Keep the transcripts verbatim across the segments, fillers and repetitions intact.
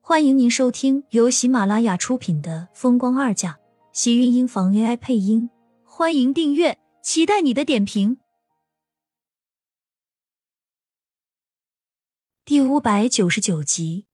欢迎您收听由喜马拉雅出品的《风光二嫁》，喜运音房 A I 配音。欢迎订阅，期待你的点评。第五百九十九集，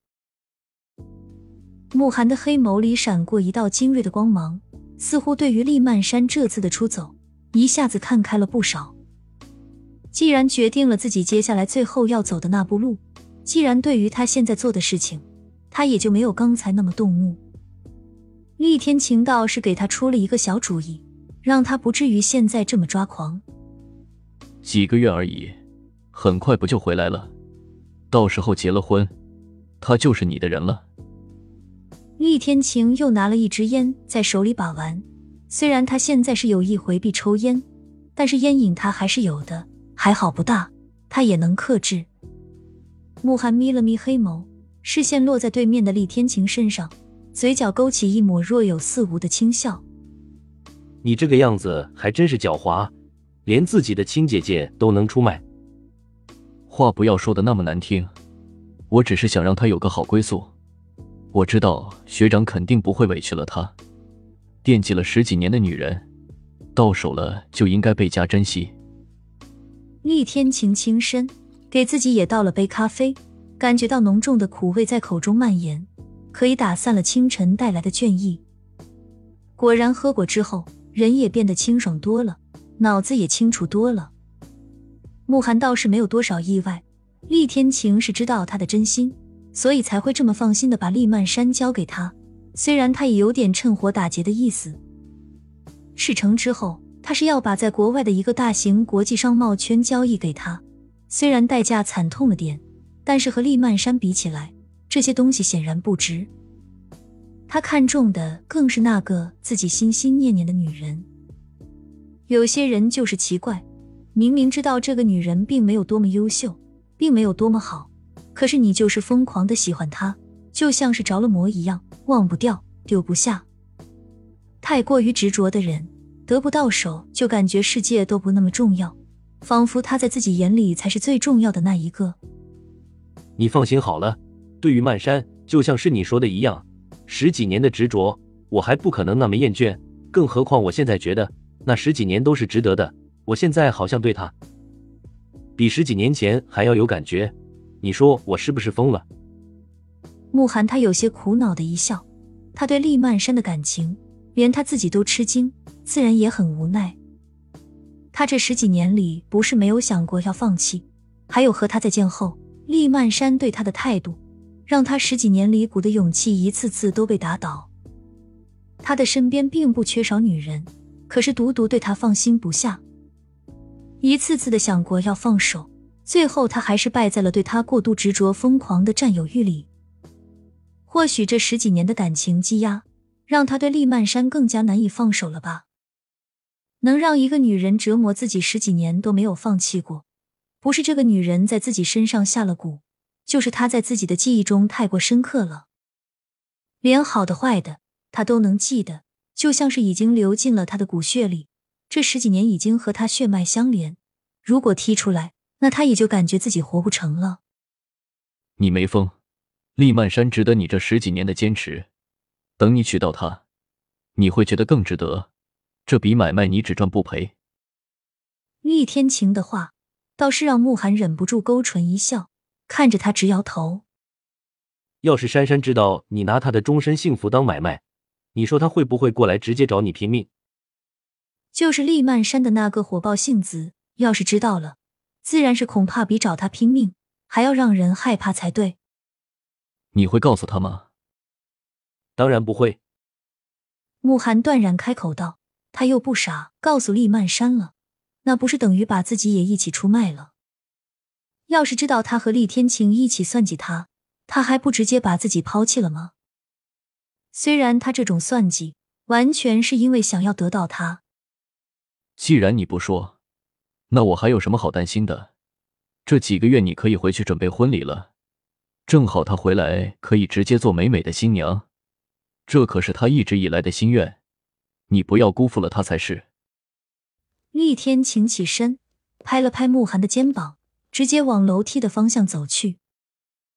慕寒的黑眸里闪过一道精锐的光芒，似乎对于厉曼山这次的出走，一下子看开了不少。既然决定了自己接下来最后要走的那步路，既然对于他现在做的事情，他也就没有刚才那么动怒。厉天晴倒是给他出了一个小主意，让他不至于现在这么抓狂。 几个月而已，很快不就回来了，到时候结了婚，他就是你的人了。 厉天晴又拿了一支烟在手里把玩，虽然他现在是有意回避抽烟，但是烟瘾他还是有的，还好不大，他也能克制。慕寒眯了眯黑眸，视线落在对面的厉天晴身上，嘴角勾起一抹若有似无的轻笑。 你这个样子还真是狡猾，连自己的亲姐姐都能出卖。 话不要说的那么难听，我只是想让她有个好归宿。我知道学长肯定不会委屈了她，惦记了十几年的女人，到手了就应该倍加珍惜。 厉天晴轻身，给自己也倒了杯咖啡，感觉到浓重的苦味在口中蔓延，可以打散了清晨带来的倦意。果然喝过之后，人也变得清爽多了，脑子也清楚多了。慕寒倒是没有多少意外，厉天晴是知道他的真心，所以才会这么放心的把厉曼山交给他，虽然他也有点趁火打劫的意思。事成之后，他是要把在国外的一个大型国际商贸圈交易给他，虽然代价惨痛了点，但是和厉曼山比起来，这些东西显然不值。他看中的更是那个自己心心念念的女人。有些人就是奇怪，明明知道这个女人并没有多么优秀，并没有多么好，可是你就是疯狂的喜欢她，就像是着了魔一样，忘不掉，丢不下。太过于执着的人，得不到手就感觉世界都不那么重要，仿佛他在自己眼里才是最重要的那一个。 你放心好了，对于曼山，就像是你说的一样，十几年的执着，我还不可能那么厌倦，更何况我现在觉得那十几年都是值得的。我现在好像对他比十几年前还要有感觉，你说我是不是疯了？ 慕寒他有些苦恼的一笑，他对厉曼山的感情连他自己都吃惊，自然也很无奈。他这十几年里不是没有想过要放弃，还有和他再见后厉曼山对他的态度，让他十几年里鼓的勇气一次次都被打倒。他的身边并不缺少女人，可是独独对他放心不下，一次次的想过要放手，最后他还是败在了对他过度执着疯狂的占有欲里。或许这十几年的感情积压，让他对厉曼山更加难以放手了吧。能让一个女人折磨自己十几年都没有放弃过，不是这个女人在自己身上下了蛊，就是她在自己的记忆中太过深刻了。连好的坏的她都能记得，就像是已经流进了她的骨血里，这十几年已经和她血脉相连，如果踢出来，那她也就感觉自己活不成了。 你没疯，厉曼山值得你这十几年的坚持，等你娶到她，你会觉得更值得，这笔买卖你只赚不赔。 厉天晴的话倒是让慕寒忍不住勾唇一笑，看着他直摇头。 要是珊珊知道你拿她的终身幸福当买卖，你说她会不会过来直接找你拼命？ 就是厉曼山的那个火爆性子，要是知道了，自然是恐怕比找他拼命还要让人害怕才对。 你会告诉他吗？ 当然不会。 慕寒断然开口道，他又不傻，告诉厉曼山了，那不是等于把自己也一起出卖了？要是知道他和厉天晴一起算计他，他还不直接把自己抛弃了吗？虽然他这种算计完全是因为想要得到他。 既然你不说，那我还有什么好担心的？这几个月你可以回去准备婚礼了，正好他回来可以直接做美美的新娘，这可是他一直以来的心愿，你不要辜负了他才是。 厉天晴起身，拍了拍慕寒的肩膀，直接往楼梯的方向走去。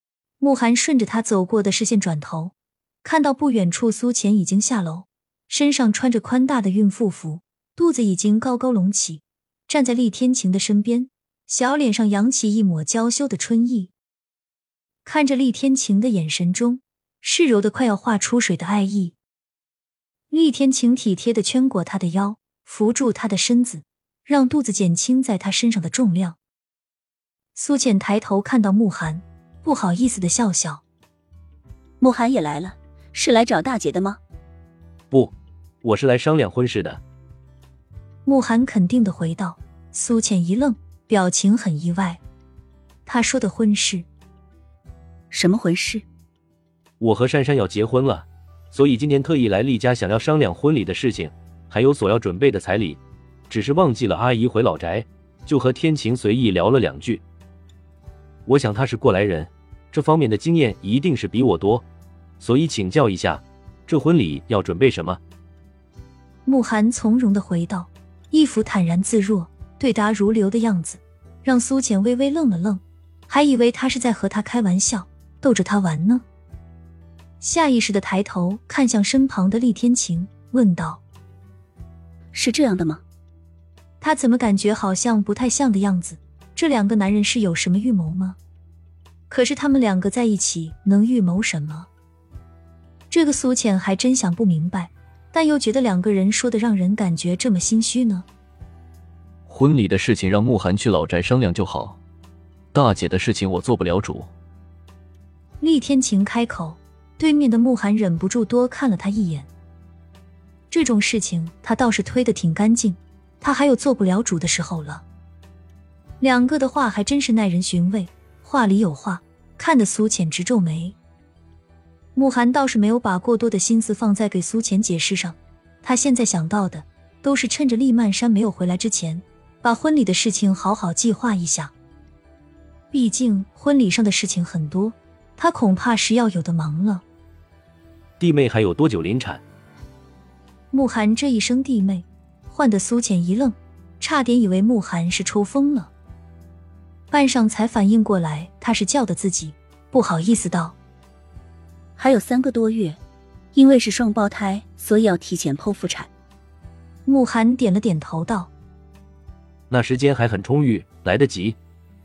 慕寒顺着他走过的视线转头，看到不远处苏浅已经下楼，身上穿着宽大的孕妇服，肚子已经高高隆起，站在厉天晴的身边，小脸上扬起一抹娇羞的春意。看着厉天晴的眼神中是柔的快要化出水的爱意。厉天晴体贴地圈过他的腰，扶住他的身子，让肚子减轻在他身上的重量。苏浅抬头看到慕寒，不好意思地笑笑。 慕寒也来了，是来找大姐的吗？ 不，我是来商量婚事的。 慕寒肯定地回道。苏浅一愣，表情很意外。他说的婚事？ 什么婚事？ 我和珊珊要结婚了，所以今天特意来厉家，想要商量婚礼的事情，还有所要准备的彩礼。只是忘记了阿姨回老宅，就和天晴随意聊了两句。我想他是过来人，这方面的经验一定是比我多，所以请教一下，这婚礼要准备什么？ 慕寒从容地回道，一副坦然自若、对答如流的样子，让苏浅微微愣了愣，还以为他是在和他开玩笑，逗着他玩呢。下意识地抬头看向身旁的厉天晴，问道： 是这样的吗？ 他怎么感觉好像不太像的样子？这两个男人是有什么预谋吗？可是他们两个在一起能预谋什么？这个苏浅还真想不明白，但又觉得两个人说的让人感觉这么心虚呢。 婚礼的事情让慕寒去老宅商量就好，大姐的事情我做不了主。 厉天晴开口，对面的慕寒忍不住多看了他一眼。这种事情他倒是推得挺干净，他还有做不了主的时候了。两个的话还真是耐人寻味，话里有话，看得苏浅直皱眉。慕寒倒是没有把过多的心思放在给苏浅解释上，他现在想到的都是趁着厉曼山没有回来之前，把婚礼的事情好好计划一下。毕竟婚礼上的事情很多，他恐怕是要有的忙了。 弟妹还有多久临产？ 慕寒这一声弟妹，换得苏浅一愣，差点以为慕寒是抽风了。半晌才反应过来他是叫的自己，不好意思道： 还有三个多月，因为是双胞胎，所以要提前剖腹产。 慕寒点了点头道： 那时间还很充裕，来得及。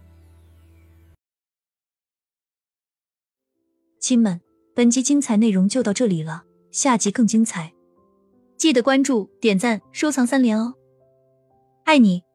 亲们，本集精彩内容就到这里了，下集更精彩，记得关注、点赞、收藏三连哦，爱你。